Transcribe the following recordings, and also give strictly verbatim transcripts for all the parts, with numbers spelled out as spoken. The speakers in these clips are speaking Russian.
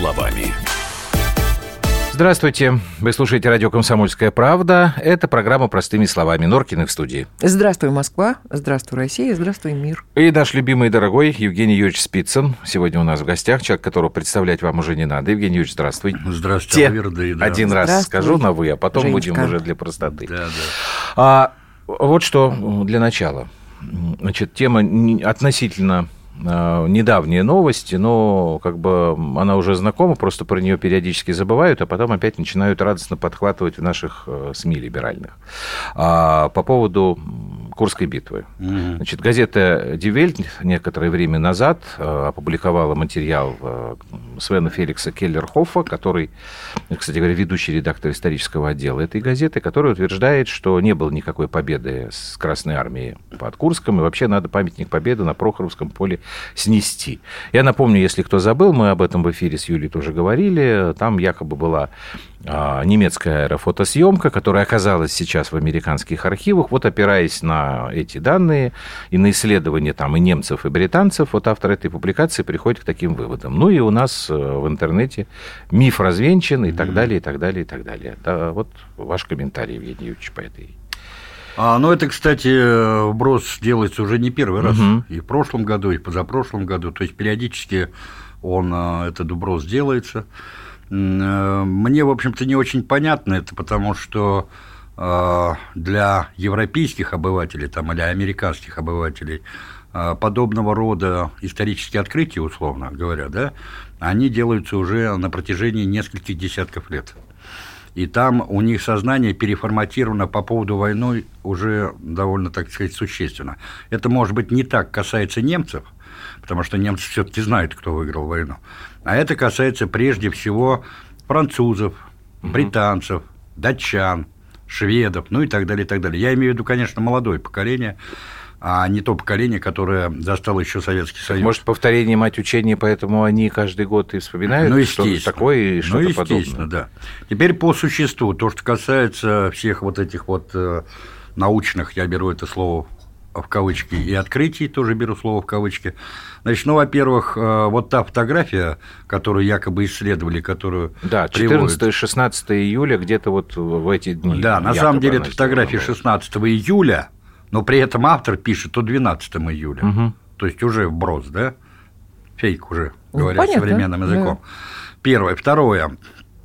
словами. Здравствуйте. Вы слушаете радио «Комсомольская правда». Это программа «Простыми словами». Норкины в студии. Здравствуй, Москва. Здравствуй, Россия. Здравствуй, мир. И наш любимый и дорогой Евгений Юрьевич Спицын. Сегодня у нас в гостях. Человек, которого представлять вам уже не надо. Евгений Юрьевич, здравствуй. Здравствуйте, Алвирда. Да. Один раз скажу на «вы», а потом Женечка. будем уже для простоты. Да, да. А, вот что для начала. Значит, тема относительно... недавние новости, но как бы она уже знакома, просто про нее периодически забывают, а потом опять начинают радостно подхватывать в наших СМИ либеральных. А, по поводу Курской битвы. Mm-hmm. Значит, газета «Die Welt» некоторое время назад опубликовала материал Свена Феликса Келлер-Хоффа, который, кстати говоря, ведущий редактор исторического отдела этой газеты, который утверждает, что не было никакой победы с Красной Армией под Курском, и вообще надо памятник Победы на Прохоровском поле снести. Я напомню, если кто забыл, мы об этом в эфире с Юлей тоже говорили, там якобы была а, немецкая аэрофотосъемка, которая оказалась сейчас в американских архивах. Вот опираясь на эти данные и на исследования там и немцев, и британцев, вот автор этой публикации приходит к таким выводам. Ну и у нас в интернете миф развенчан и mm-hmm. так далее, и так далее, и так далее. Да, вот ваш комментарий, Евгений Юрьевич, по этой... А, ну, это, кстати, вброс делается уже не первый раз. Угу. И в прошлом году, и в позапрошлом году. То есть, периодически он, этот вброс делается. Мне, в общем-то, не очень понятно это, потому что для европейских обывателей там, или американских обывателей подобного рода исторические открытия, условно говоря, да, они делаются уже на протяжении нескольких десятков лет. И там у них сознание переформатировано по поводу войны уже довольно, так сказать, существенно. Это, может быть, не так касается немцев, потому что немцы все-таки знают, кто выиграл войну. А это касается прежде всего французов, британцев, датчан, шведов, ну и так далее, и так далее. Я имею в виду, конечно, молодое поколение, а не то поколение, которое застало еще Советский Союз. Может, повторение мать учения, поэтому они каждый год и вспоминают ну, что-то такое и что-то ну, естественно, подобное. Да. Теперь по существу, то, что касается всех вот этих вот э, научных, я беру это слово в кавычки, и открытий, тоже беру слово в кавычки. Значит, ну, во-первых, э, вот та фотография, которую якобы исследовали, которую да, четырнадцатого-шестнадцатого июля, где-то вот в эти дни. Да, на самом деле, это фотография шестнадцатого июля, но при этом автор пишет о двенадцатого июля. Угу. То есть уже вброс, да? Фейк уже, говоря ну, современным языком. Да. Первое. Второе.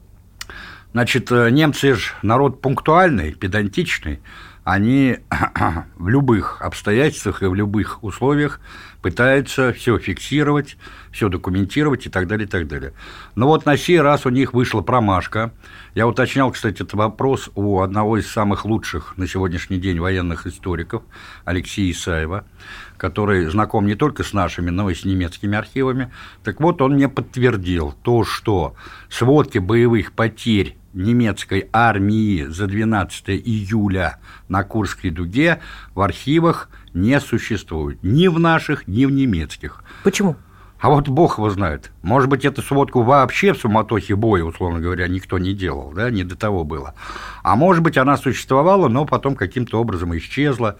Значит, немцы же народ пунктуальный, педантичный. Они в любых обстоятельствах и в любых условиях пытаются все фиксировать, все документировать и так далее, и так далее. Но вот на сей раз у них вышла промашка. Я уточнял, кстати, этот вопрос у одного из самых лучших на сегодняшний день военных историков, Алексея Исаева, который знаком не только с нашими, но и с немецкими архивами. Так вот, он мне подтвердил то, что сводки боевых потерь немецкой армии за двенадцатого июля на Курской дуге в архивах не существует. Ни в наших, ни в немецких. Почему? А вот бог его знает. Может быть, эту сводку вообще в суматохе боя, условно говоря, никто не делал, да, не до того было. А может быть, она существовала, но потом каким-то образом исчезла,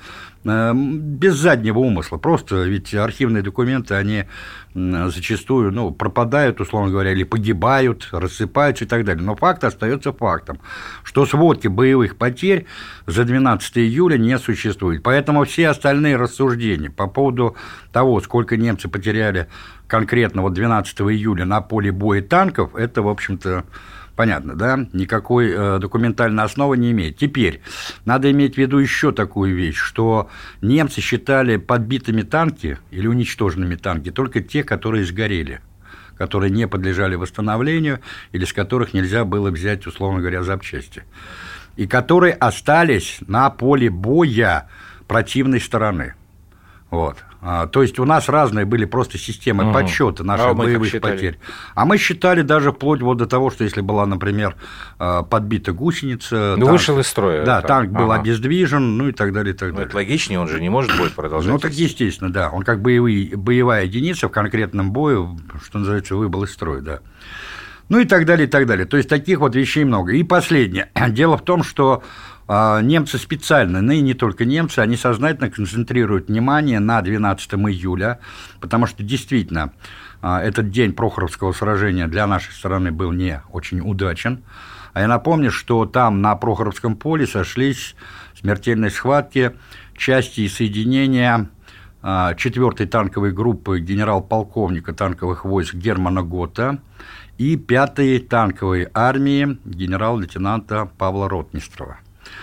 без заднего умысла. Просто ведь архивные документы, они зачастую, ну, пропадают, условно говоря, или погибают, рассыпаются и так далее. Но факт остается фактом, что сводки боевых потерь за двенадцатого июля не существует. Поэтому все остальные рассуждения по поводу того, сколько немцы потеряли конкретно вот двенадцатого июля на поле боя танков, это, в общем-то, понятно, да? Никакой э, документальной основы не имеет. Теперь надо иметь в виду еще такую вещь, что немцы считали подбитыми танки или уничтоженными танки только те, которые сгорели, которые не подлежали восстановлению или с которых нельзя было взять, условно говоря, запчасти, и которые остались на поле боя противной стороны. Вот. А, то есть у нас разные были просто системы угу. подсчета наших а боевых потерь. А мы считали даже вплоть вот до того, что если была, например, подбита гусеница... Ну, танк, вышел из строя. Да, танк был ага. обездвижен, ну и так далее, и так далее. Ну, это логичнее, он же не может бой продолжать. Ну, так естественно, да. Он как боевые, боевая единица в конкретном бою, что называется, выбыл из строя, да. Ну и так далее, и так далее. То есть таких вот вещей много. И последнее. Дело в том, что немцы специально, ну и не только немцы, они сознательно концентрируют внимание на двенадцатого июля, потому что действительно этот день Прохоровского сражения для нашей стороны был не очень удачен. А я напомню, что там на Прохоровском поле сошлись в смертельной схватке части и соединения четвёртой танковой группы генерал-полковника танковых войск Германа Готта и пятой танковой армии генерал-лейтенанта Павла Ротмистрова.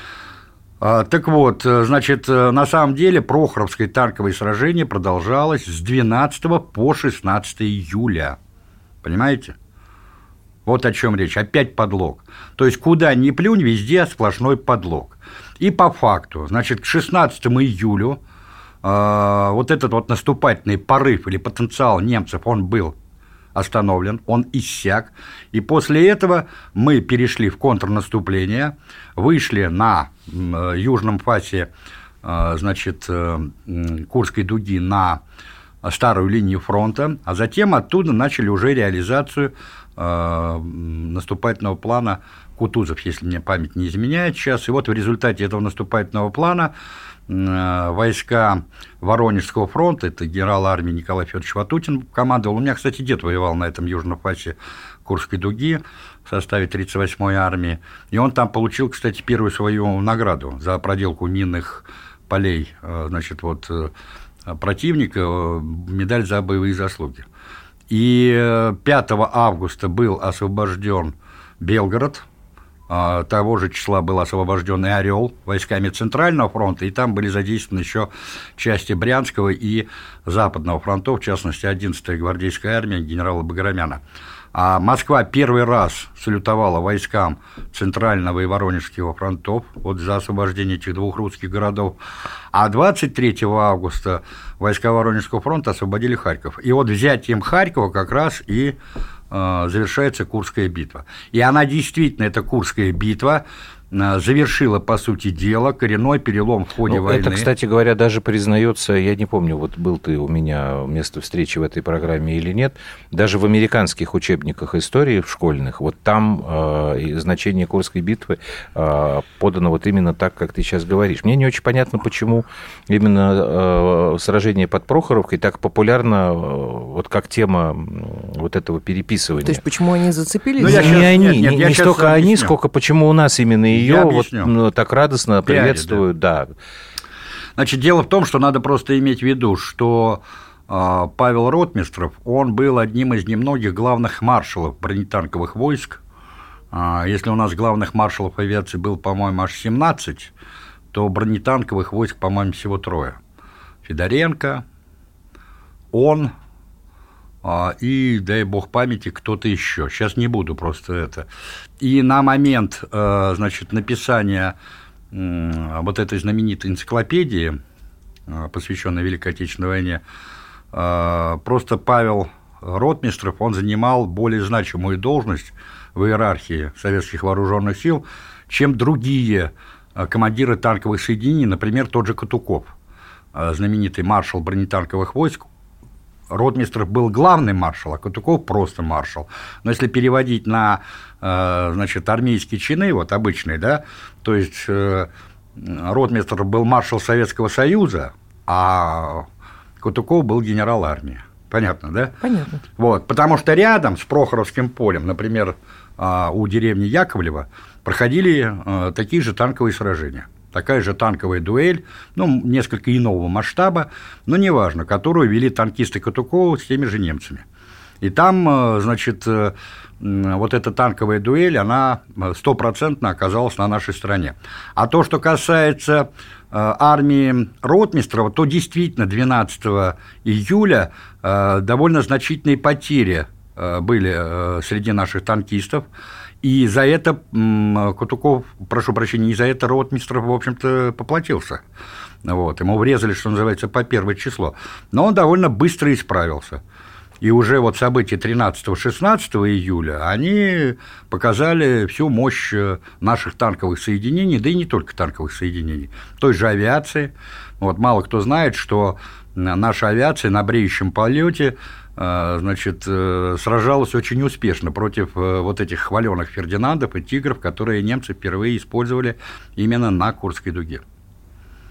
Так вот, значит, на самом деле Прохоровское танковое сражение продолжалось с двенадцатого по шестнадцатое июля. Понимаете? Вот о чем речь. Опять подлог. То есть, куда ни плюнь, везде сплошной подлог. И по факту, значит, к шестнадцатому июля э, вот этот вот наступательный порыв или потенциал немцев, он был остановлен, он иссяк. И после этого мы перешли в контрнаступление, вышли на э, южном фасе э, значит, э, Курской дуги на старую линию фронта, а затем оттуда начали уже реализацию э, наступательного плана Кутузов, если мне память не изменяет сейчас. И вот в результате этого наступательного плана э, войска Воронежского фронта, это генерал армии Николай Федорович Ватутин командовал. У меня, кстати, дед воевал на этом южном фасе Курской дуги в составе тридцать восьмой армии. И он там получил, кстати, первую свою награду за проделку минных полей, э, значит, вот, э, противника, медаль за боевые заслуги. И пятого августа был освобожден Белгород, того же числа был освобожден и Орел войсками Центрального фронта, и там были задействованы еще части Брянского и Западного фронтов, в частности, одиннадцатая гвардейская армия генерала Баграмяна. А Москва первый раз салютовала войскам Центрального и Воронежского фронтов вот за освобождение этих двух русских городов. А двадцать третьего августа войска Воронежского фронта освободили Харьков. И вот взятием Харькова как раз и э, завершается Курская битва. И она действительно, эта Курская битва, завершила, по сути дела, коренной перелом в ходе ну, войны. Это, кстати говоря, даже признается, я не помню, вот был ты у меня место встречи в этой программе или нет, даже в американских учебниках истории в школьных, вот там э, значение Курской битвы э, подано вот именно так, как ты сейчас говоришь. Мне не очень понятно, почему именно э, сражение под Прохоровкой так популярно, э, вот как тема вот этого переписывания. То есть почему они зацепились? Ну, я не сейчас, они, нет, нет, не, не столько они, объясню. сколько почему у нас именно ее вот, ну, так радостно Пиаре, приветствуют, да. да. Значит, дело в том, что надо просто иметь в виду, что э, Павел Ротмистров, он был одним из немногих главных маршалов бронетанковых войск. Э, если у нас главных маршалов авиации был, по-моему, аж семнадцать, то бронетанковых войск, по-моему, всего трое. Федоренко, он э, и, дай бог памяти, кто-то еще. Сейчас не буду просто это. И на момент, э, значит, написания вот этой знаменитой энциклопедии, посвященной Великой Отечественной войне, просто Павел Ротмистров, он занимал более значимую должность в иерархии советских вооруженных сил, чем другие командиры танковых соединений, например, тот же Катуков, знаменитый маршал бронетанковых войск. Ротмистров был главный маршал, а Катуков просто маршал. Но если переводить на, значит, армейские чины, вот обычные, да, то есть Ротмистров был маршал Советского Союза, а Катуков был генерал армии. Понятно, да? Понятно. Вот, потому что рядом с Прохоровским полем, например, у деревни Яковлева, проходили такие же танковые сражения. Такая же танковая дуэль, ну, несколько иного масштаба, но неважно, которую вели танкисты Катукова с теми же немцами. И там, значит, вот эта танковая дуэль, она стопроцентно оказалась на нашей стороне. А то, что касается армии Ротмистрова, то действительно двенадцатого июля довольно значительные потери были среди наших танкистов. И за это Катуков, прошу прощения, и за это Ротмистров, в общем-то, поплатился. Вот, ему врезали, что называется, по первое число. Но он довольно быстро исправился. И уже вот события тринадцатого-шестнадцатого июля, они показали всю мощь наших танковых соединений, да и не только танковых соединений, той же авиации. Вот, мало кто знает, что наша авиация на бреющем полете, значит, сражалась очень успешно против вот этих хваленых Фердинандов и Тигров, которые немцы впервые использовали именно на Курской дуге.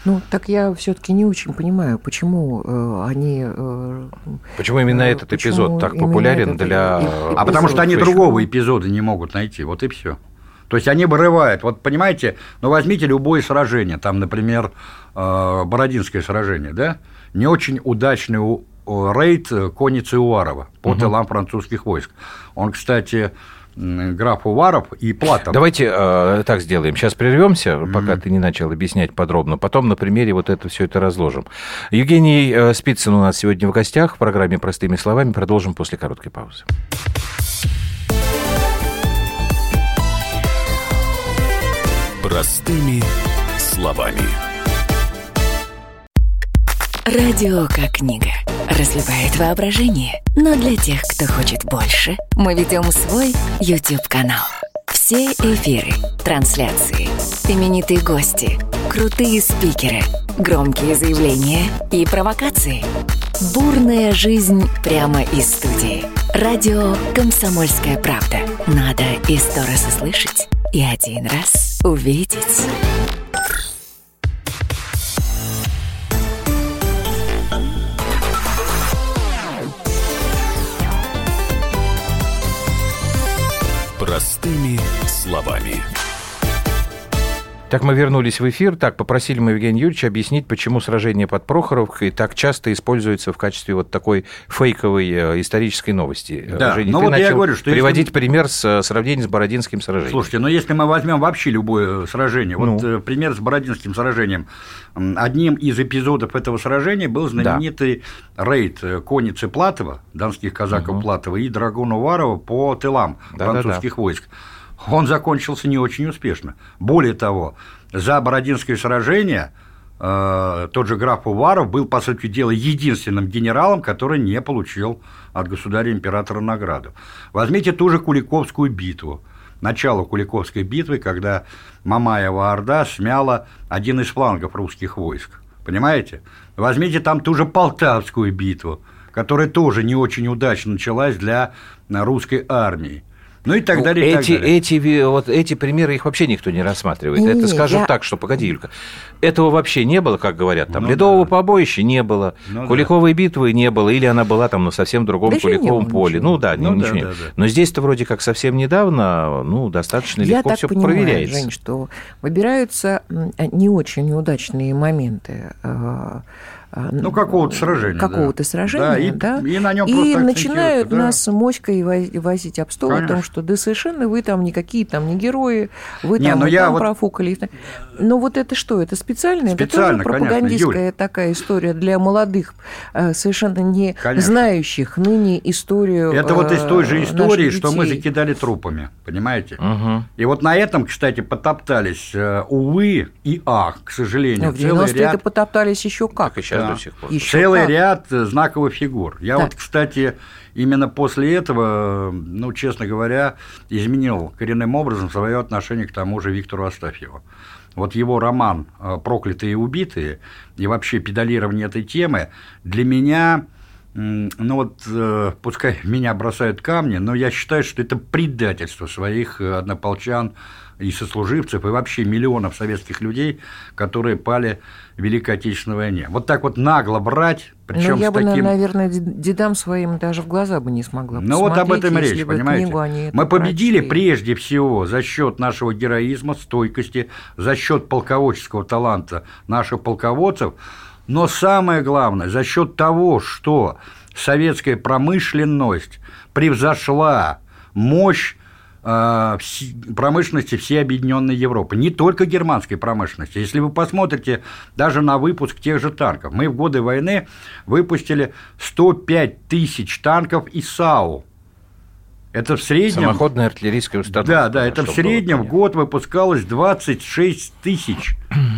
Ну, так я все-таки не очень понимаю, почему э, они... Э, почему именно э, этот почему эпизод так популярен для... Эпизод? А потому что они почему? другого эпизода не могут найти, вот и все. То есть они вырывают, вот понимаете, ну возьмите любое сражение, там, например, э, Бородинское сражение, да, не очень удачный рейд конницы Уварова по угу. тылам французских войск. Он, кстати... граф Уваров и Платов. Давайте э, так сделаем. Сейчас прервемся, mm-hmm. пока ты не начал объяснять подробно. Потом на примере вот это все это разложим. Евгений э, Спицын у нас сегодня в гостях в программе «Простыми словами». Продолжим после короткой паузы. Простыми словами. Радио как книга. Разливает воображение. Но для тех, кто хочет больше, мы ведем свой YouTube-канал. Все эфиры, трансляции, именитые гости, крутые спикеры, громкие заявления и провокации. Бурная жизнь прямо из студии. Радио «Комсомольская правда». Надо и сто раз услышать, и один раз увидеть. Простыми словами. Так, мы вернулись в эфир. Так, попросили мы Евгения Юрьевича объяснить, почему сражение под Прохоровкой так часто используется в качестве вот такой фейковой исторической новости. Да, Женя, ну ты вот начал я говорю, что приводить если... пример с сравнением с Бородинским сражением. Слушайте, но если мы возьмем вообще любое сражение, ну. вот пример с Бородинским сражением, одним из эпизодов этого сражения был знаменитый да. рейд конницы Платова, донских казаков угу. Платова и драгун Уварова по тылам да, французских да, да. войск. Он закончился не очень успешно. Более того, за Бородинское сражение э, тот же граф Уваров был, по сути дела, единственным генералом, который не получил от государя-императора награду. Возьмите ту же Куликовскую битву. Начало Куликовской битвы, когда Мамаева Орда смяла один из флангов русских войск. Понимаете? Возьмите там ту же Полтавскую битву, которая тоже не очень удачно началась для русской армии. Ну и так далее, и эти, так далее. Эти, вот эти примеры, их вообще никто не рассматривает. Не, Это, скажем я... так, что, погоди, Юлька, этого вообще не было, как говорят, там, ну, Ледового да. побоища не было, ну, Куликовой да. битвы не было, или она была там на совсем другом да Куликовом поле. Ничего. Ну да, ну, ничего да, не... да, да. Но здесь-то вроде как совсем недавно, ну, достаточно я легко все понимаю, проверяется. Жень, что выбираются не очень удачные моменты. Ну, какого-то сражения. Какого-то да. сражения, да. да. И, и, на нем и начинают да. нас моськой возить об стол Конечно. О том, что да совершенно вы там никакие там не герои, вы не, там, вы там вот... профукали. Но вот это что? Это специально? Специально, это тоже пропагандистская конечно, такая история для молодых, совершенно не конечно. Знающих ныне историю. Это вот из той же истории, что мы закидали трупами, понимаете? Угу. И вот на этом, кстати, потоптались, увы и ах, к сожалению. Но в девяностые ряд... это потоптались еще как. И сейчас до сих пор. Еще Целый как? ряд знаковых фигур. Я так. вот, кстати, именно после этого, ну, честно говоря, изменил коренным образом свое отношение к тому же Виктору Астафьеву. Вот его роман «Проклятые и убитые» и вообще педалирование этой темы для меня, ну вот, пускай меня бросают камни, но я считаю, что это предательство своих однополчан и сослуживцев, и вообще миллионов советских людей, которые пали в Великой Отечественной войне. Вот так вот нагло брать, причем ну, я с бы, таким... наверное, дедам своим даже в глаза бы не смогла Ну, вот об этом речь, понимаете? Мы победили прочли. Прежде всего за счет нашего героизма, стойкости, за счет полководческого таланта наших полководцев, но самое главное, за счет того, что советская промышленность превзошла мощь промышленности всей объединенной Европы, не только германской промышленности. Если вы посмотрите даже на выпуск тех же танков, мы в годы войны выпустили сто пять тысяч танков ИСАУ. Это в среднем... Самоходная артиллерийская установка. Да, да, это в среднем в год выпускалось двадцать шесть тысяч.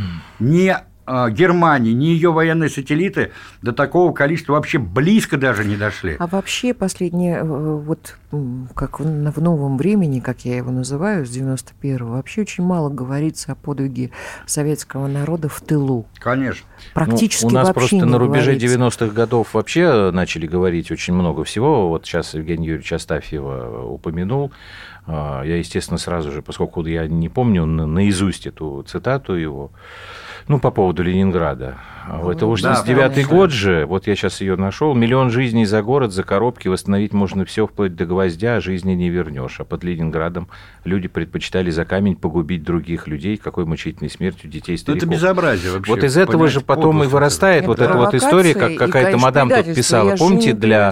Не Германии, ни ее военные сателлиты до такого количества вообще близко даже не дошли. А вообще последнее, вот как в новом времени, как я его называю, с девяносто первого, вообще очень мало говорится о подвиге советского народа в тылу. Конечно. Практически ну, у нас вообще просто не на рубеже говорится. девяностых годов вообще начали говорить очень много всего. Вот сейчас Евгений Юрьевич Астафьева упомянул. Я, естественно, сразу же, поскольку я не помню наизусть эту цитату его, Ну, по поводу Ленинграда. Ну, это уже да, восемьдесят девятый конечно. год же, вот я сейчас ее нашел. Миллион жизней за город, за коробки, восстановить можно все, вплоть до гвоздя, а жизни не вернешь. А под Ленинградом люди предпочитали за камень погубить других людей, какой мучительной смертью детей, стариков. Это безобразие вообще. Вот из этого же потом и вырастает это вот эта вот история, как и, какая-то конечно, мадам тут предательство. писала. Я Помните, не- для,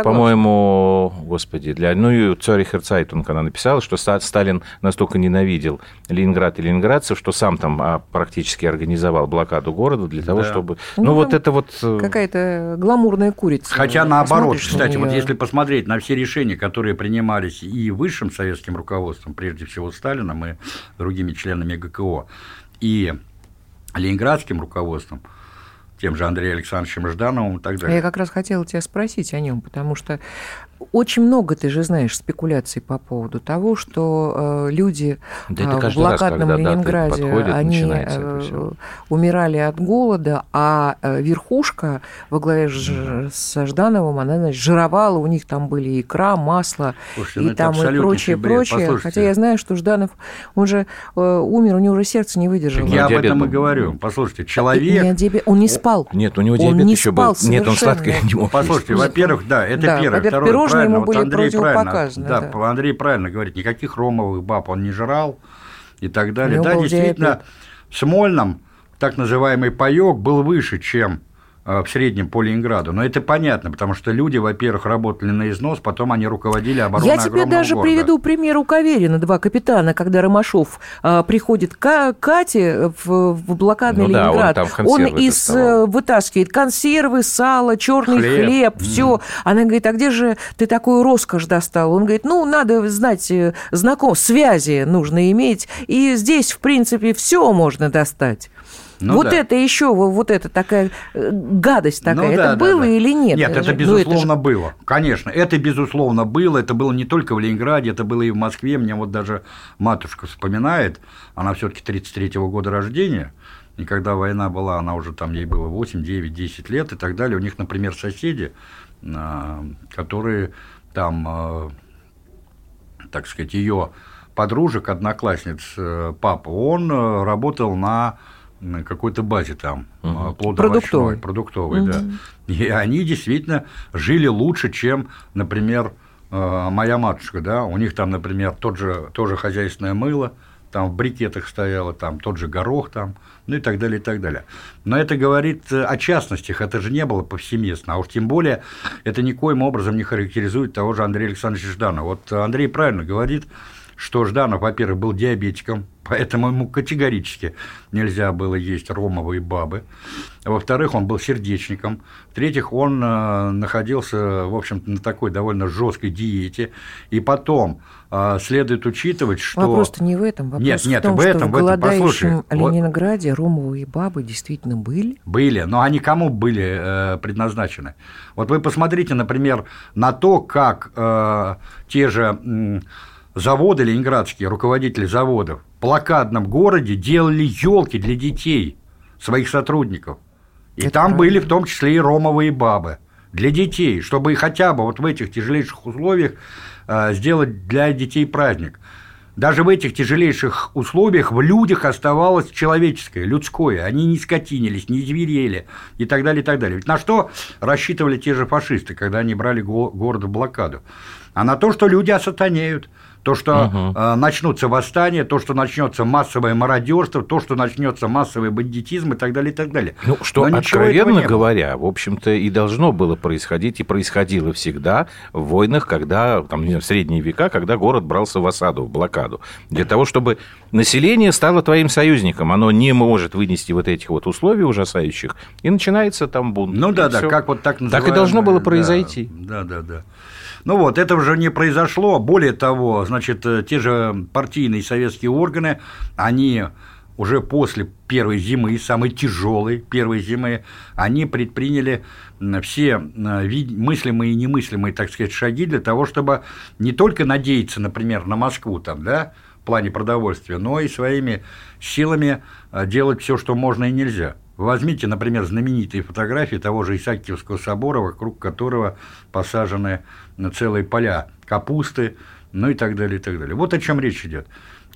по-моему, господи, для, ну и Цюрихер Цайтунг она написала, что Сталин настолько ненавидел Ленинград и ленинградцев, что сам там а, практически организовал блокаду города для того, Да. чтобы... Ну, Ну, вот там это вот... Какая-то гламурная курица. Хотя наоборот, Посмотришь кстати, на вот неё. если посмотреть на все решения, которые принимались и высшим советским руководством, прежде всего Сталином и другими членами ГКО, и ленинградским руководством, тем же Андреем Александровичем Ждановым и так далее. Я как раз хотела тебя спросить о нем, потому что очень много, ты же знаешь, спекуляций по поводу того, что э, люди Да э, это в каждый раз, блокадном когда даты Ленинграде, подходят, они начинается это э, всё. умирали от голода, а э, верхушка во главе ж- со Ждановым, она, значит, жировала, у них там были икра, масло, Слушайте, ну и это там и абсолютнейший прочее, бред. прочее. Послушайте. Хотя я знаю, что Жданов, он же э, умер, у него уже сердце не выдержало. Так я об диабет этом и был. говорю. Послушайте, И не человек... от диабе- Он не спал. Нет, у него Он диабет не еще спал был. Нет, он совершенно. сладкое не мог. Послушайте, Нет, во-первых, да, это да, первое. во-первых, Второе, пирожные правильно, ему вот были Андрей правильно, противопоказаны, да, да. Андрей правильно говорит, никаких ромовых баб он не жрал и так далее. У него Да, был действительно, диабет. в Смольном так называемый паёк был выше, чем э, в среднем по Ленинграду. Но это понятно, потому что люди, во-первых, работали на износ, потом они руководили обороной Я тебе огромного даже города. приведу пример у Каверина, два капитана, когда Ромашов а, приходит к Кате в, в блокадный Ну да, он Ленинград. там консервы из, доставал. э, вытаскивает консервы, сало, черный Хлеб. хлеб, М. все. Она говорит, а где же ты такую роскошь достал? Он говорит, ну, надо знать э, знаком, связи нужно иметь, и здесь, в принципе, все можно достать. Ну вот да. это еще, вот это такая э, гадость такая, Ну это да, да, было да. или нет? Нет, это же- ну, безусловно же- было. Конечно, это безусловно было. Это было не только в Ленинграде, это было и в Москве. Мне вот даже матушка вспоминает, она все-таки тридцать третьего года рождения, и когда война была, она уже там, ей было восемь, девять, десять лет и так далее. У них, например, соседи, а, которые там, а, так сказать, ее подружек, одноклассниц э, папа, он э, работал на на какой-то базе там, Мгм. Продуктовой. плодоовощной, продуктовой, да. И они действительно жили лучше, чем, например, э, моя матушка, да. У них там, например, тот же, тоже хозяйственное мыло, там в брикетах стояло, там тот же горох там, ну и так далее, и так далее. Но это говорит о частностях, это же не было повсеместно, а уж тем более это никоим образом не характеризует того же Андрея Александровича Жданова. Вот Андрей правильно говорит, что Жданов, во-первых, был диабетиком, поэтому ему категорически нельзя было есть ромовые бабы. Во-вторых, он был сердечником. В-третьих, он э, находился, в общем-то, на такой довольно жесткой диете. И потом э, следует учитывать, что... Вопрос-то не в этом. Вопрос Нет, нет, в том, в этом, что в в этом, голодающем послушай, вот- Ленинграде ромовые бабы действительно были. Были, но они кому были э, предназначены? Вот вы посмотрите, например, на то, как э, те же м, заводы ленинградские, руководители заводов в блокадном городе делали елки для детей, своих сотрудников. И Это там правильно. были в том числе и ромовые бабы для детей, чтобы хотя бы вот в этих тяжелейших условиях э, сделать для детей праздник. Даже в этих тяжелейших условиях в людях оставалось человеческое, людское. Они не скотинились, не зверели и так далее, и так далее. Ведь на что рассчитывали те же фашисты, когда они брали го- город в блокаду? А на то, что люди осатанеют, то, что Угу. э, начнутся восстания, то, что начнется массовое мародерство, то, что начнется массовый бандитизм и так далее, и так далее. Ну, что, Но ничего этого откровенно не было. говоря, в общем-то, и должно было происходить, и происходило всегда в войнах, когда, там, не знаю, в средние века, когда город брался в осаду, в блокаду. Для того, чтобы население стало твоим союзником. Оно не может вынести вот этих вот условий ужасающих, и начинается там бунт. Ну да, И да, всё. как вот так Так называемое. и должно было да, произойти. Да, да, да. Ну вот, это уже не произошло. Более того, значит, те же партийные советские органы, они уже после первой зимы, самой тяжелой первой зимы, они предприняли все мыслимые и немыслимые, так сказать, шаги для того, чтобы не только надеяться, например, на Москву там, да, в плане продовольствия, но и своими силами делать все, что можно и нельзя. Возьмите, например, знаменитые фотографии того же Исаакиевского собора, вокруг которого посажены целые поля капусты, ну и так далее, и так далее. Вот о чем речь идет.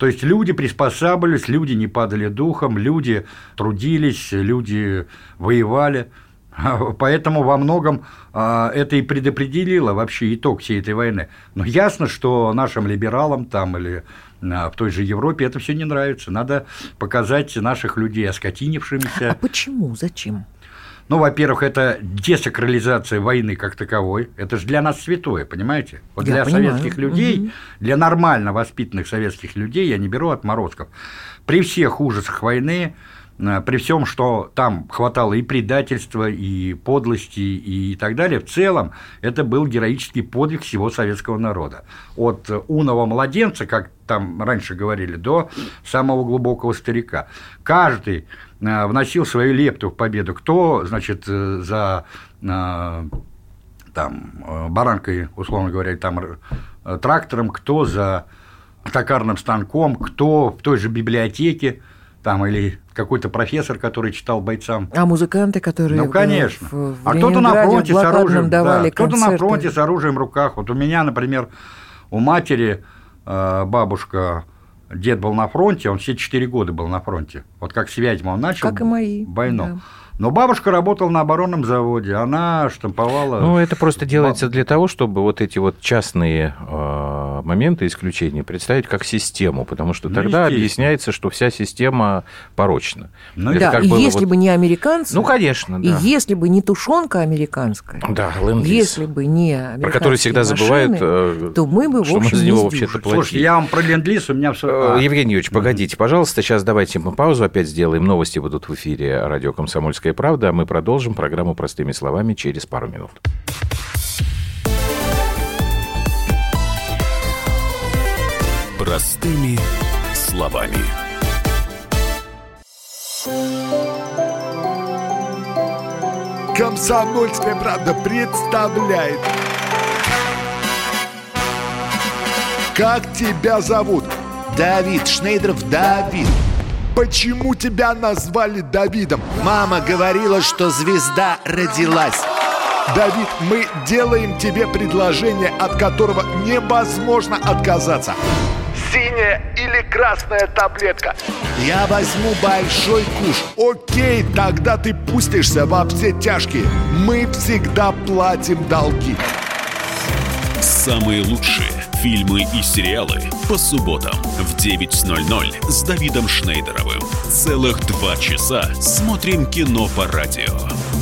То есть люди приспосабливались, люди не падали духом, люди трудились, люди воевали. Поэтому во многом это и предопределило вообще итог всей этой войны. Но ясно, что нашим либералам там или в той же Европе это все не нравится. Надо показать наших людей оскотинившимися. А почему? Зачем? Ну, во-первых, это десакрализация войны как таковой. Это же для нас святое, понимаете? Вот я для понимаю. советских людей, угу. для нормально воспитанных советских людей, я не беру отморозков, при всех ужасах войны, при всем, что там хватало и предательства, и подлости, и так далее, в целом это был героический подвиг всего советского народа. От унного младенца, как там раньше говорили, до самого глубокого старика. Каждый вносил свою лепту в победу. Кто, значит, за там, баранкой, условно говоря, там, трактором, кто за токарным станком, кто в той же библиотеке, там, или какой-то профессор, который читал бойцам. А музыканты, которые... Ну, конечно. В, в а кто-то на фронте с оружием, давали да, кто-то концерты. на фронте с оружием в руках. Вот у меня, например, у матери бабушка, дед был на фронте, он все четыре года был на фронте. Вот как с Вязьмой он начал как и мои, войну. Да. Но бабушка работала на оборонном заводе, она штамповала... Ну, это просто делается для того, чтобы вот эти вот частные э, моменты, исключения, представить как систему, потому что ну, тогда объясняется, что вся система порочна. Ну, да, и если вот... бы не американцы... Ну, конечно, да. И если бы не тушенка американская, да, ленд-лиз, если бы не американские про который всегда машины, забывают, э, то мы бы, в общем, за него не вообще-то платили. Слушайте, я вам про ленд-лиз, у меня все... Евгений Юрьевич, погодите, пожалуйста, сейчас давайте мы паузу опять сделаем. Новости будут в эфире радио «Комсомольская правда», а мы продолжим программу «Простыми словами» через пару минут. Простыми словами. «Комсомольская правда» представляет. Как тебя зовут? Давид Шнейдров Давид. Почему тебя назвали Давидом? Мама говорила, что звезда родилась. Давид, мы делаем тебе предложение, от которого невозможно отказаться. Синяя или красная таблетка? Я возьму большой куш. Окей, тогда ты пустишься во все тяжкие. Мы всегда платим долги. Самые лучшие фильмы и сериалы по субботам в девять ноль ноль с Давидом Шнейдеровым. Целых два часа смотрим кино по радио.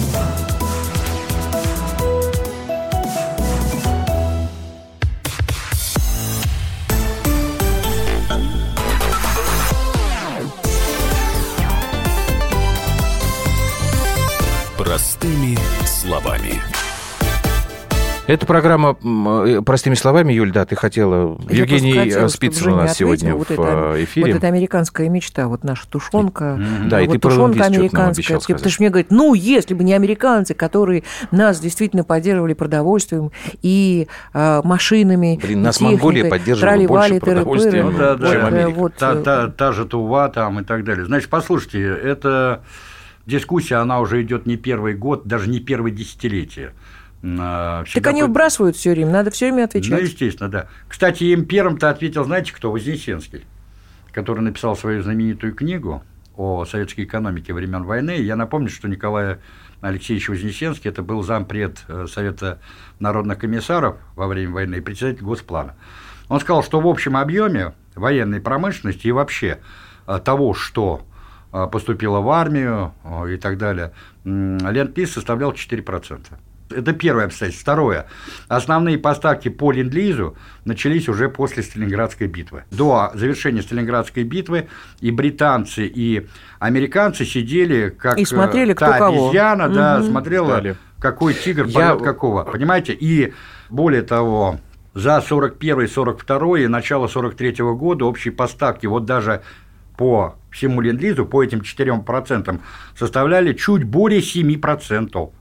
Простыми словами. Это программа «Простыми словами», Юль, да, ты хотела... Я Евгений хотела, Спицер у нас сегодня вот в это, эфире. Вот эта американская мечта, вот наша тушенка. Mm-hmm. Да, вот и ты тушенка американская. Потому что мне говорят, ну, если бы не американцы, которые нас действительно поддерживали продовольствием и э, машинами, Блин, и нас техникой, Монголия поддерживала больше продовольствием, ну, да, да, чем Америка. Вот, та, та, та же Тува там и так далее. Значит, послушайте, эта дискуссия, она уже идет не первый год, даже не первое десятилетие. Всегда так они под... вбрасывают все время, надо все время отвечать. Ну, естественно, да. Кстати, им первым-то ответил, знаете кто? Вознесенский, который написал свою знаменитую книгу о советской экономике времен войны. Я напомню, что Николай Алексеевич Вознесенский это был зампред Совета народных комиссаров во время войны и председатель Госплана. Он сказал, что в общем объеме военной промышленности и вообще того, что поступило в армию и так далее, ленд-лиз составлял четыре процента. Это первое обстоятельство. Второе. Основные поставки по ленд-лизу начались уже после Сталинградской битвы. До завершения Сталинградской битвы и британцы, и американцы сидели как и смотрели, та кто обезьяна, кого. да, угу. смотрела, Стали. Какой тигр Я... поет какого. Понимаете? И более того, за сорок первый сорок второй и начало сорок третьего года общие поставки вот даже по всему ленд-лизу, по этим четырем процентам, составляли чуть более семи процентов.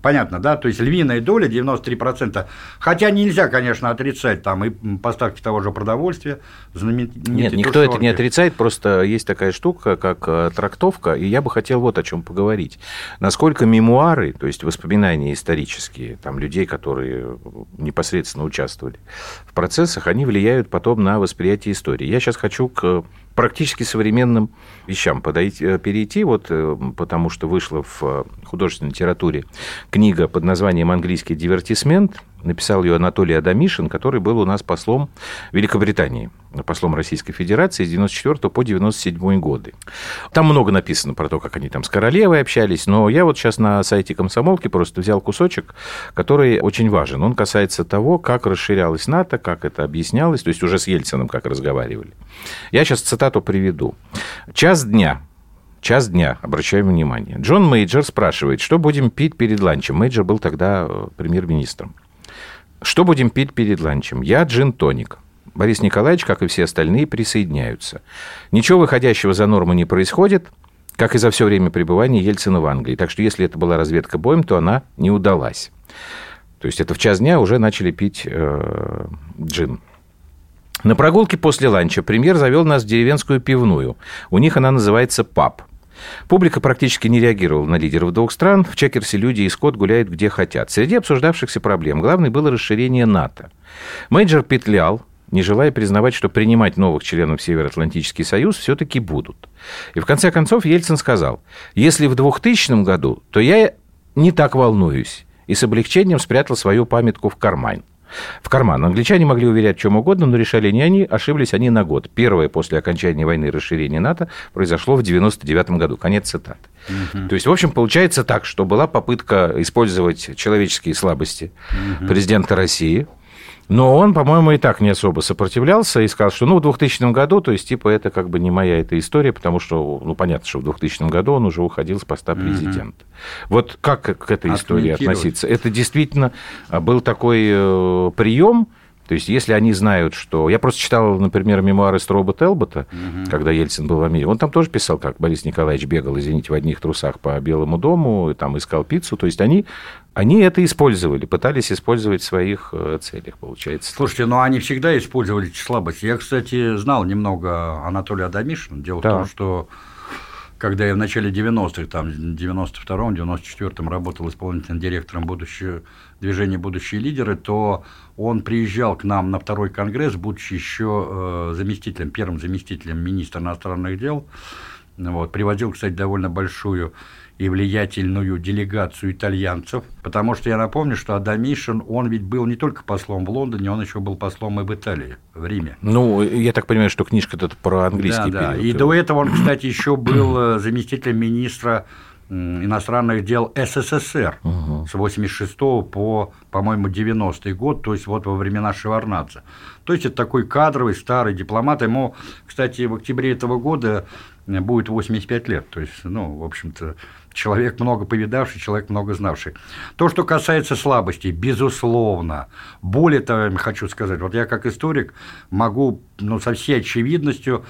понятно, да, то есть львиная доля, девяносто три процента, хотя нельзя, конечно, отрицать там и поставки того же продовольствия, знаменитые. Нет, никто это не отрицает, просто есть такая штука, как трактовка, и я бы хотел вот о чем поговорить. Насколько мемуары, то есть воспоминания исторические, там, людей, которые непосредственно участвовали в процессах, они влияют потом на восприятие истории. Я сейчас хочу к практически современным вещам подойти, перейти, вот, потому что вышла в художественной литературе книга под названием «Английский дивертисмент». Написал ее Анатолий Адамишин, который был у нас послом Великобритании, послом Российской Федерации с девяносто четвёртого по девяносто седьмой годы. Там много написано про то, как они там с королевой общались, но я вот сейчас на сайте «Комсомолки» просто взял кусочек, который очень важен. Он касается того, как расширялась НАТО, как это объяснялось, то есть уже с Ельциным как разговаривали. Я сейчас цитату приведу. «Час дня». Час дня, обращаем внимание. Джон Мейджор спрашивает, что будем пить перед ланчем. Мейджор был тогда премьер-министром. Что будем пить перед ланчем? Я джин-тоник. Борис Николаевич, как и все остальные, присоединяются. Ничего выходящего за норму не происходит, как и за все время пребывания Ельцина в Англии. Так что если это была разведка боем, то она не удалась. То есть это в час дня уже начали пить э, джин. На прогулке после ланча премьер завел нас в деревенскую пивную. У них она называется «Паб». Публика практически не реагировала на лидеров двух стран. В Чекерсе люди и скот гуляют где хотят. Среди обсуждавшихся проблем главной было расширение НАТО. Мейджор петлял, не желая признавать, что принимать новых членов в Североатлантический союз все-таки будут. И в конце концов Ельцин сказал, если в двухтысячном году, то я не так волнуюсь. И с облегчением спрятал свою памятку в карман. В карман. Англичане могли уверять в чем угодно, но решали не они, ошиблись они на год. Первое после окончания войны расширение НАТО произошло в девяносто девятом году. Конец цитаты. Угу. То есть, в общем, получается так, что была попытка использовать человеческие слабости угу. президента России, но он, по-моему, и так не особо сопротивлялся и сказал, что ну, в двухтысячном году, то есть, типа, это как бы не моя эта история, потому что, ну, понятно, что в двухтысячном году он уже уходил с поста президента. Mm-hmm. Вот как к этой истории относиться? Это действительно был такой прием. То есть, если они знают, что... Я просто читал, например, мемуары Строба Телбота, угу. когда Ельцин был в Америке. Он там тоже писал, как Борис Николаевич бегал, извините, в одних трусах по Белому дому, там искал пиццу. То есть, они, они это использовали, пытались использовать в своих целях, получается. Слушайте, ну они всегда использовали эти слабости. Я, кстати, знал немного Анатолия Адамишина. Дело да. в том, что... Когда я в начале девяностых, там, в девяносто втором, девяносто четвёртом работал исполнительным директором будущего, движения «Будущие лидеры», то он приезжал к нам на второй конгресс, будучи еще заместителем, первым заместителем министра иностранных дел. Вот, привозил, кстати, довольно большую и влиятельную делегацию итальянцев, потому что я напомню, что Адамишин, он ведь был не только послом в Лондоне, он еще был послом и в Италии, в Риме. Ну, я так понимаю, что книжка-то про английский да, период. Да, и до этого он, кстати, еще был заместителем министра иностранных дел СССР угу. с восемьдесят шестого по, по-моему, девяностый год, то есть вот во времена Шеварднадзе. То есть это такой кадровый старый дипломат. Ему, кстати, в октябре этого года будет восемьдесят пять лет. То есть, ну, в общем-то, человек много повидавший, человек много знавший. То, что касается слабостей, безусловно. Более того, я хочу сказать, вот я как историк могу, ну, со всей очевидностью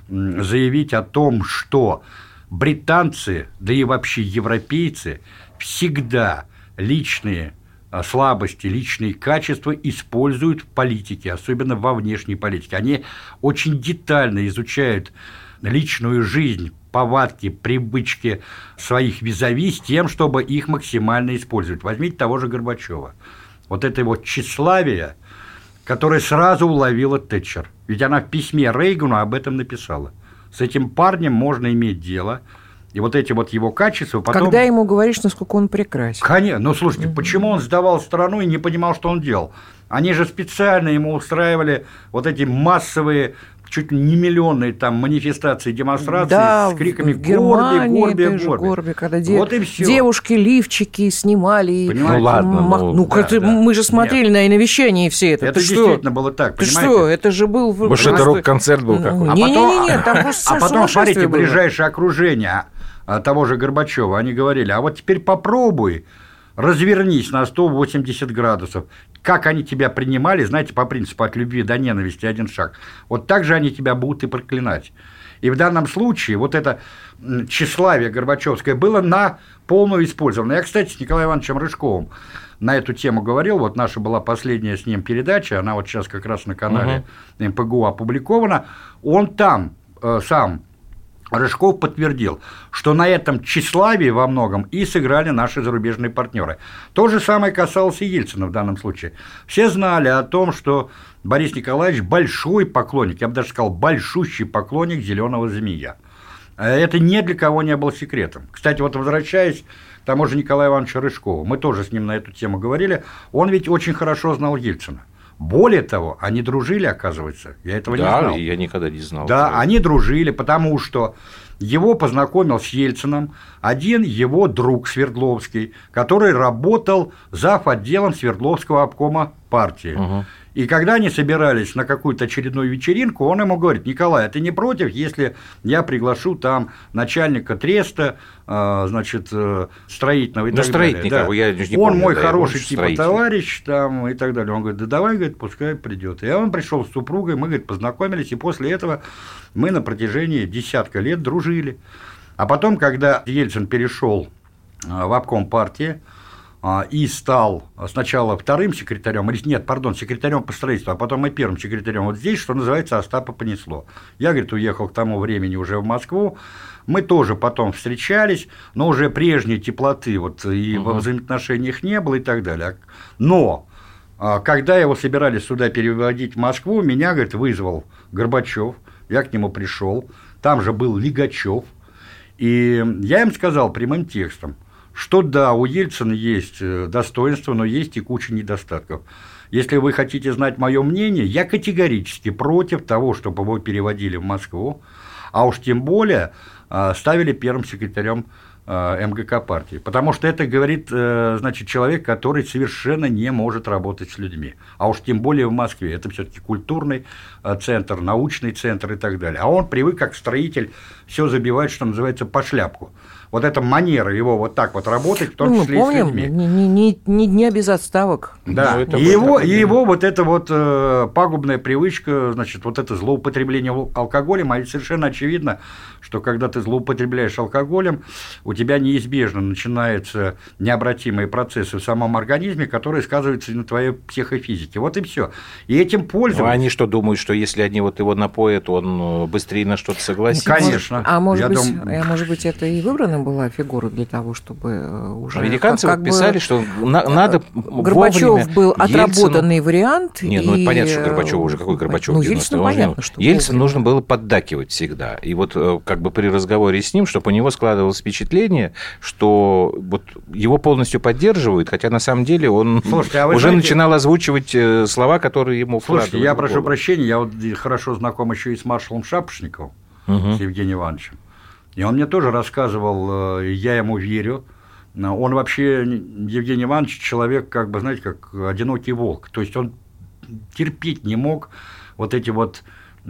заявить о том, что британцы, да и вообще европейцы всегда личные слабости, личные качества используют в политике, особенно во внешней политике. Они очень детально изучают личную жизнь, повадки, привычки своих визави с тем, чтобы их максимально использовать. Возьмите того же Горбачева. Вот это его тщеславие, которое сразу уловила Тэтчер. Ведь она в письме Рейгану об этом написала. С этим парнем можно иметь дело, и вот эти вот его качества потом... Когда ему говоришь, насколько он прекрасен. Конечно. Ну, слушайте, mm-hmm. почему он сдавал страну и не понимал, что он делал? Они же специально ему устраивали вот эти массовые, чуть ли не миллионные там манифестации, демонстрации да, с криками «Горби, Горби, Горби, Горби». Горби, когда де... вот и всё. Девушки лифчики снимали. Понимаете? Ну, ладно. Мах... Ну, ну да, это, да. мы же смотрели Нет. на инновещании все это. Это Ты действительно что? было так, Ты понимаете? что? Это же был... Может, это рок-концерт был какой-то? А Не-не-не, потом, там просто а потом смотрите, было. ближайшее окружение того же Горбачева, они говорили, а вот теперь попробуй, развернись на сто восемьдесят градусов. Как они тебя принимали, знаете, по принципу от любви до ненависти один шаг. Вот так же они тебя будут и проклинать. И в данном случае вот это тщеславие горбачевское было на полную использовано. Я, кстати, с Николаем Ивановичем Рыжковым на эту тему говорил, вот наша была последняя с ним передача, она вот сейчас как раз на канале uh-huh. эм пэ гэ у опубликована, он там э, сам, Рыжков, подтвердил, что на этом тщеславии во многом и сыграли наши зарубежные партнеры. То же самое касалось и Ельцина в данном случае. Все знали о том, что Борис Николаевич большой поклонник, я бы даже сказал, большущий поклонник «Зеленого змея». Это ни для кого не было секретом. Кстати, вот возвращаясь к тому же Николаю Ивановичу Рыжкову, мы тоже с ним на эту тему говорили, он ведь очень хорошо знал Ельцина. Более того, они дружили, оказывается, я этого да, не знал. Да, я никогда не знал. Да, они дружили, потому что его познакомил с Ельциным один его друг Свердловский, который работал зав. Отделом Свердловского обкома партии. Угу. И когда они собирались на какую-то очередную вечеринку, он ему говорит: Николай, а ты не против, если я приглашу там начальника треста, значит, строительного и ну, так далее. Да. Я не он помню, мой да, хороший типа товарищ там, и так далее. Он говорит: да давай, говорит, пускай придет. И он пришел с супругой, мы, говорит, познакомились, и после этого мы на протяжении десятка лет дружили. А потом, когда Ельцин перешел в обком партии, и стал сначала вторым секретарем, или нет, пардон, секретарем по строительству, а потом и первым секретарем. Вот здесь, что называется, Остапа понесло. Я, говорит, уехал к тому времени уже в Москву. Мы тоже потом встречались, но уже прежней теплоты вот, и угу. во взаимоотношениях не было и так далее. Но когда его собирались сюда переводить в Москву, меня, говорит, вызвал Горбачев, я к нему пришел, там же был Лигачев, и я им сказал прямым текстом, что да, у Ельцина есть достоинства, но есть и куча недостатков. Если вы хотите знать мое мнение, я категорически против того, чтобы его переводили в Москву, а уж тем более ставили первым секретарем эм гэ ка партии. Потому что это говорит, значит, человек, который совершенно не может работать с людьми. А уж тем более в Москве. Это все-таки культурный центр, научный центр и так далее. А он привык, как строитель, все забивать, что называется, по шляпку. Вот эта манера его вот так вот работать, в том ну, числе мы помним, и с людьми. Не, не, не дня без отставок. Да, ну, и, его, и его вот эта вот э, пагубная привычка, значит, вот это злоупотребление алкоголем, а совершенно очевидно, что когда ты злоупотребляешь алкоголем, у тебя неизбежно начинаются необратимые процессы в самом организме, которые сказываются и на твоей психофизике. Вот и все. И этим пользуются. Ну, они что, думают, что если они вот его напоят, он быстрее на что-то согласится? Конечно. А может, быть, дум... а может быть, это и выбрано была фигура для того, чтобы уже... Американцы как, как писали, бы... что на, надо Горбачев вовремя был Ельцину... отработанный вариант. Нет, ну и... понятно, что Горбачев уже какой Горбачев. Ну, Ельцину понятно, что Ельцину нужно было поддакивать всегда. И вот как бы при разговоре с ним, чтобы у него складывалось впечатление, что вот его полностью поддерживают, хотя на самом деле он Слушайте, а уже знаете... начинал озвучивать слова, которые ему вкладывали. Слушайте, я прошу прощения, я вот хорошо знаком еще и с маршалом Шапошниковым, угу. с Евгением Ивановичем. И он мне тоже рассказывал, я ему верю. Он вообще, Евгений Иванович, человек, как бы, знаете, как одинокий волк. То есть он терпеть не мог вот эти вот,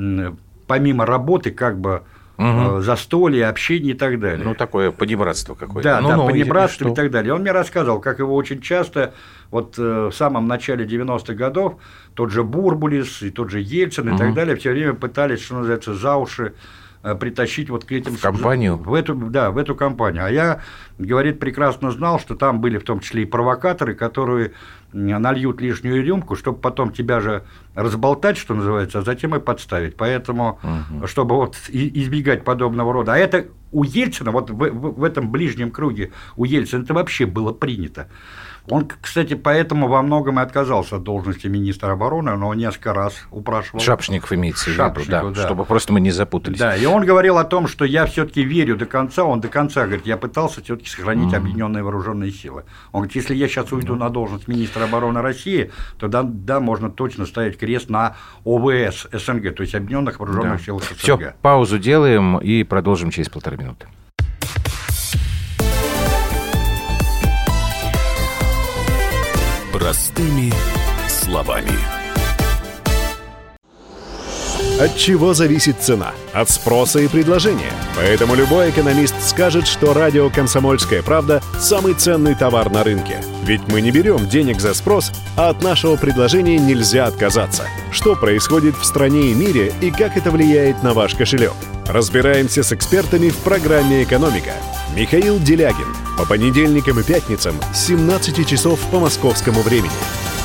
помимо работы, как бы, угу. застолья, общения и так далее. Ну, такое понебратство какое-то. Да, ну, да, ну, понебратство и, и так далее. Он мне рассказывал, как его очень часто, вот в самом начале девяностых годов, тот же Бурбулис и тот же Ельцин угу. и так далее, все время пытались, что называется, за уши притащить вот к этим... В компанию? В эту, да, в эту компанию. А я, говорит, прекрасно знал, что там были в том числе и провокаторы, которые нальют лишнюю рюмку, чтобы потом тебя же разболтать, что называется, а затем и подставить. Поэтому, угу. чтобы вот избегать подобного рода... А это у Ельцина, вот в, в, в этом ближнем круге у Ельцина это вообще было принято. Он, кстати, поэтому во многом и отказался от должности министра обороны, но несколько раз упрашивал. Шапошников имеется в виду, да, да, чтобы просто мы не запутались. Да, и он говорил о том, что я все-таки верю до конца, он до конца говорит, я пытался все-таки сохранить mm-hmm. объединенные вооруженные силы. Он говорит, если я сейчас уйду mm-hmm. на должность министра обороны России, то да, да, можно точно ставить крест на о вэ эс эс эн гэ, то есть Объединенных вооруженных да. сил эс эс гэ. Все, паузу делаем и продолжим через полторы минуты. Простыми словами. От чего зависит цена? От спроса и предложения. Поэтому любой экономист скажет, что радио «Комсомольская правда» – самый ценный товар на рынке. Ведь мы не берем денег за спрос, а от нашего предложения нельзя отказаться. Что происходит в стране и мире и как это влияет на ваш кошелек? Разбираемся с экспертами в программе «Экономика». Михаил Делягин. По понедельникам и пятницам с семнадцати часов по московскому времени.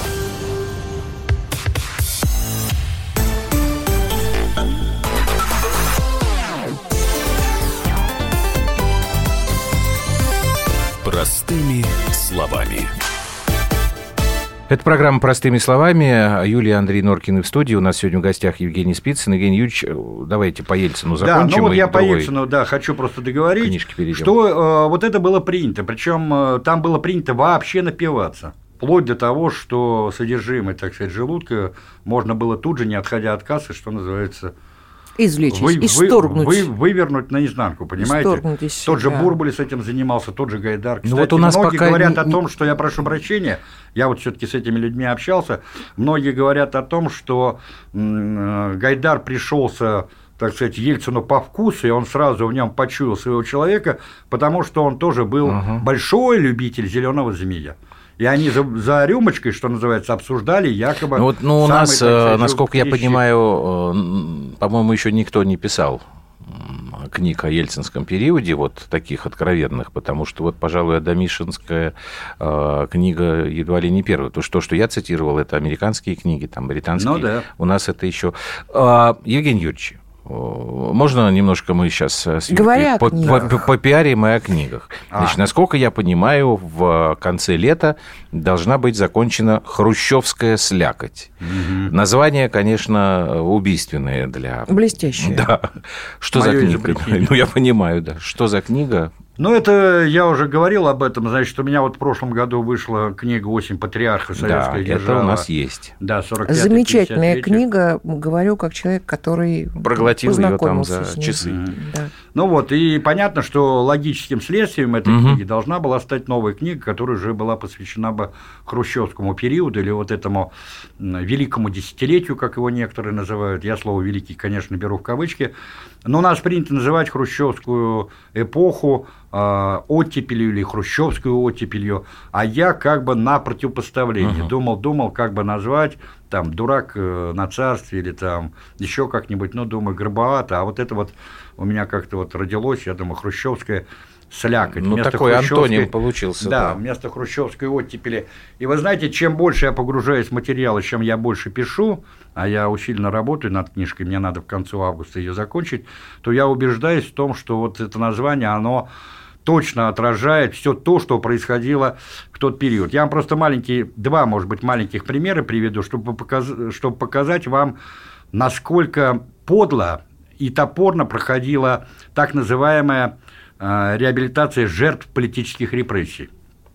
Простыми словами. Это программа «Простыми словами». Юлия, Андрей Норкины в студии. У нас сегодня в гостях Евгений Спицын. Евгений Юрьевич, давайте по Ельцину закончим. Да, ну вот я по Ельцину, да, хочу просто договорить, что э, вот это было принято. Причем э, там было принято вообще напиваться. Вплоть до того, что содержимое, так сказать, желудка можно было тут же, не отходя от кассы, что называется... Извлечь, вы, исторгнуть. Вы, вы, вывернуть наизнанку, понимаете? Исторгнуть из себя. Тот же Бурбуль с этим занимался, тот же Гайдар. Кстати, ну, вот у нас многие пока... говорят о том, что я прошу прощения, я вот все-таки с этими людьми общался, многие говорят о том, что м- Гайдар пришелся, так сказать, Ельцину по вкусу, и он сразу в нем почуял своего человека, потому что он тоже был uh-huh. большой любитель зеленого змея. И они за, за рюмочкой, что называется, обсуждали якобы... Ну, вот, ну у нас, сказать, насколько я понимаю, по-моему, еще никто не писал книг о ельцинском периоде, вот таких откровенных, потому что вот, пожалуй, Адамишинская э, книга едва ли не первая. То, что, что я цитировал, это американские книги, там, британские. Ну, да. У нас это еще... Э, Евгений Юрьевич, можно немножко мы сейчас с Юлькой по, по, попиарим и о книгах? А. Значит, насколько я понимаю, в конце лета должна быть закончена «Хрущевская слякоть». Угу. Название, конечно, убийственное для... Блестящее. Да. Что Моё за книга? Ну, я понимаю, да. Что за книга? Ну, это я уже говорил об этом. Значит, у меня вот в прошлом году вышла книга «Осень патриарха. Советская да, держава». Это у нас есть. Да, сорок пятый замечательная книга, говорю, как человек, который проглотил ее там за часы. Mm-hmm. Да. Ну вот, и понятно, что логическим следствием этой mm-hmm. книги должна была стать новая книга, которая уже была посвящена бы хрущевскому периоду или вот этому великому десятилетию, как его некоторые называют. Я слово «великий», конечно, беру в кавычки. Но у нас принято называть хрущевскую эпоху оттепелью или хрущевскую оттепелью, а я как бы на противопоставление uh-huh. думал, думал, как бы назвать, там, дурак на царстве или там еще как-нибудь, ну, думаю, грубовато, а вот это вот у меня как-то вот родилось, я думаю, хрущевская слякоть. Ну, такой антоним получился. Да, да, вместо хрущевской оттепели. И вы знаете, чем больше я погружаюсь в материалы, чем я больше пишу, а я усиленно работаю над книжкой, мне надо в конце августа ее закончить, то я убеждаюсь в том, что вот это название, оно точно отражает все то, что происходило в тот период. Я вам просто маленькие, два, может быть, маленьких примера приведу, чтобы показать, чтобы показать вам, насколько подло и топорно проходила так называемая э, реабилитация жертв политических репрессий.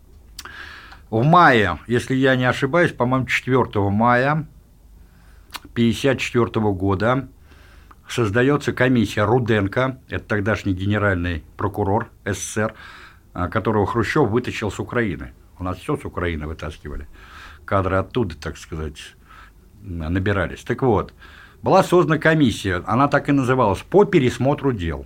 В мае, если я не ошибаюсь, по-моему, четвёртого мая тысяча девятьсот пятьдесят четвёртого года создается комиссия Руденко, это тогдашний генеральный прокурор СССР, которого Хрущев вытащил с Украины. У нас все с Украины вытаскивали. Кадры оттуда, так сказать, набирались. Так вот, была создана комиссия, она так и называлась, по пересмотру дел.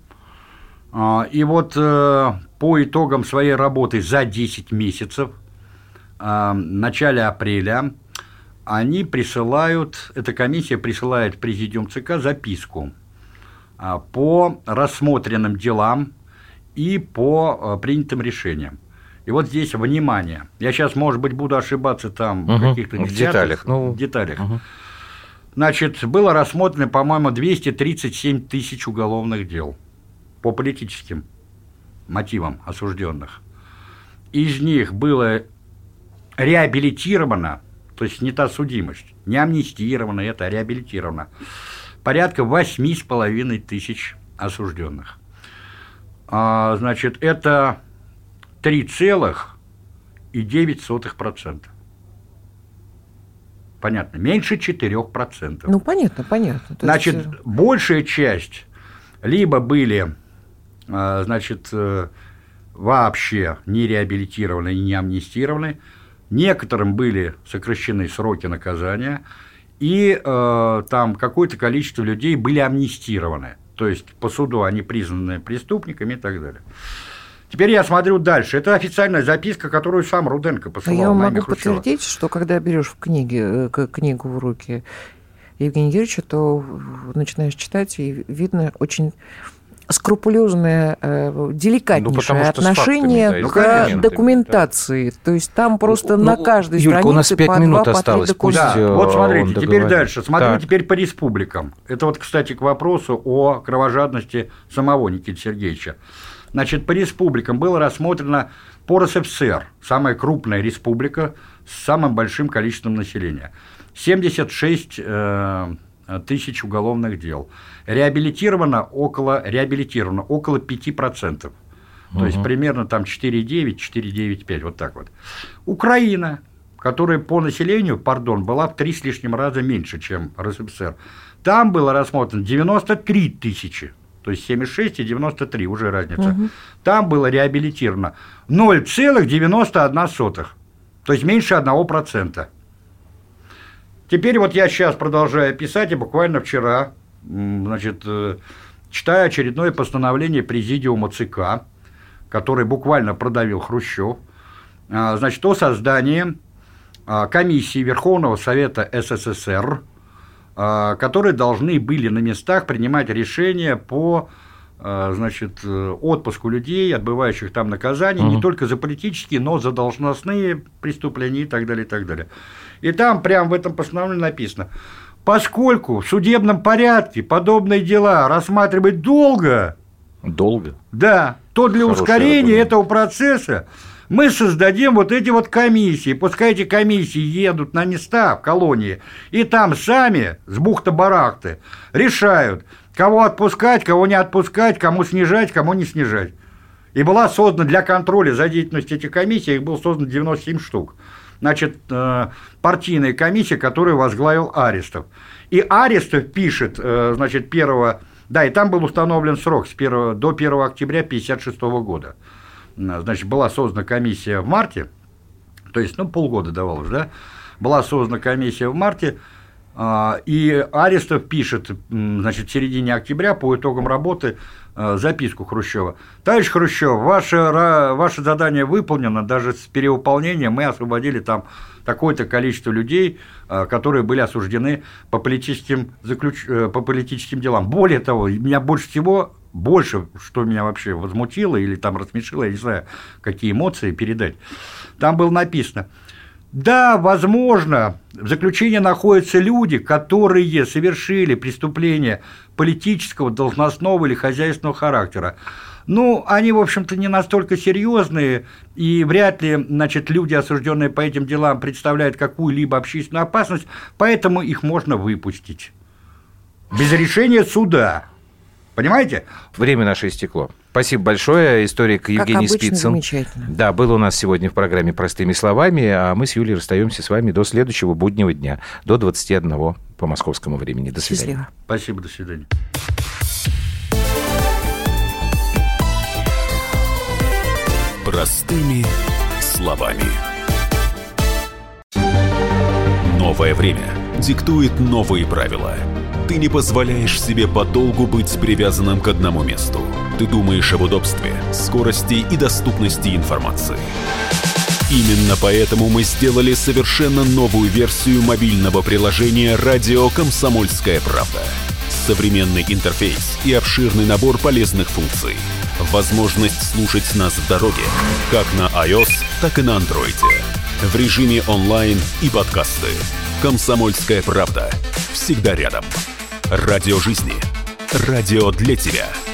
И вот по итогам своей работы за десять месяцев, в начале апреля, они присылают, эта комиссия присылает в президиум ЦК записку по рассмотренным делам и по принятым решениям. И вот здесь внимание. Я сейчас, может быть, буду ошибаться там угу, в каких-то в деталях. Ну, в деталях. Угу. Значит, было рассмотрено, по-моему, двести тридцать семь тысяч уголовных дел по политическим мотивам осужденных. Из них было реабилитировано, то есть не та судимость, не амнистировано, это реабилитировано, порядка восемь с половиной тысяч осужденных. А, значит, это три целых девять сотых процента. Понятно, меньше четырех процентов. Ну, понятно, понятно. То значит, есть... большая часть либо были, значит, вообще не реабилитированы и не амнистированы, некоторым были сокращены сроки наказания, и э, там какое-то количество людей были амнистированы. То есть по суду они признаны преступниками и так далее. Теперь я смотрю дальше. Это официальная записка, которую сам Руденко посылал. Я на могу имя Хрущева. подтвердить, что когда берешь в книге, книгу в руки Евгения Георгиевича, то начинаешь читать, и видно очень скрупулезное, деликатнейшее ну, отношение фактами, да, к конечно, документации. Да. То есть там просто ну, на каждой Юлька, странице у нас пять по минут два, осталось. по три документа. Да, вот смотрите, теперь договорит. дальше. Смотрю так. теперь по республикам. Это вот, кстати, к вопросу о кровожадности самого Никиты Сергеевича. Значит, по республикам было рассмотрено по РСФСР, самая крупная республика с самым большим количеством населения. семьдесят шесть э, тысяч уголовных дел. Реабилитировано около, реабилитировано около пять процентов. То угу. есть примерно там четыре целых девять десятых, четыре целых девять десятых, вот так вот. Украина, которая по населению, пардон, была в три с лишним раза меньше, чем РСФСР. Там было рассмотрено девяносто три тысячи. То есть семьдесят шесть и девяносто три, уже разница. Угу. Там было реабилитировано ноль целых девяносто одна сотых, то есть меньше одного процента. Теперь вот я сейчас продолжаю писать, и буквально вчера, значит, читаю очередное постановление Президиума ЦК, который буквально продавил Хрущев, значит, о создании комиссии Верховного Совета СССР, которые должны были на местах принимать решения по, значит, отпуску людей, отбывающих там наказания, mm-hmm. не только за политические, но за должностные преступления и так далее, и так далее. И там прямо в этом постановлении написано: поскольку в судебном порядке подобные дела рассматривать долго, долго, да, то для Хороший ускорения аргумент. Этого процесса мы создадим вот эти вот комиссии. Пускай эти комиссии едут на места в колонии, и там сами с бухты-барахты решают, кого отпускать, кого не отпускать, кому снижать, кому не снижать. И была создана для контроля за деятельностью этих комиссий, их было создано девяносто семь штук. Значит, партийная комиссия, которую возглавил Арестов. И Арестов пишет, значит, первого... Да, и там был установлен срок с первого, до первого октября тысяча девятьсот пятьдесят шестого года. Значит, была создана комиссия в марте, то есть, ну, полгода давалось, да? Была создана комиссия в марте, и Арестов пишет, значит, в середине октября по итогам работы записку Хрущева. Товарищ Хрущев, ваше, ваше задание выполнено, даже с перевыполнением мы освободили там такое-то количество людей, которые были осуждены по политическим, заключ... по политическим делам. Более того, меня больше всего, больше, что меня вообще возмутило или там рассмешило, я не знаю, какие эмоции передать, там было написано: да, возможно, в заключении находятся люди, которые совершили преступления политического, должностного или хозяйственного характера. Ну, они, в общем-то, не настолько серьезные, и вряд ли, значит, люди, осужденные по этим делам, представляют какую-либо общественную опасность, поэтому их можно выпустить без решения суда. Понимаете? Время наше истекло. Спасибо большое. Историк Евгений как обычно, Спицын. Замечательно. Да, был у нас сегодня в программе «Простыми словами», а мы с Юлей расстаемся с вами до следующего буднего дня, до двадцати одного по московскому времени. До свидания. Счастливо. Спасибо, до свидания. Простыми словами. Новое время диктует новые правила. Ты не позволяешь себе подолгу быть привязанным к одному месту. Ты думаешь об удобстве, скорости и доступности информации. Именно поэтому мы сделали совершенно новую версию мобильного приложения «Радио Комсомольская правда». Современный интерфейс и обширный набор полезных функций. Возможность слушать нас в дороге, как на iOS, так и на Android. В режиме онлайн и подкасты. «Комсомольская правда». Всегда рядом. Радио жизни. Радио для тебя.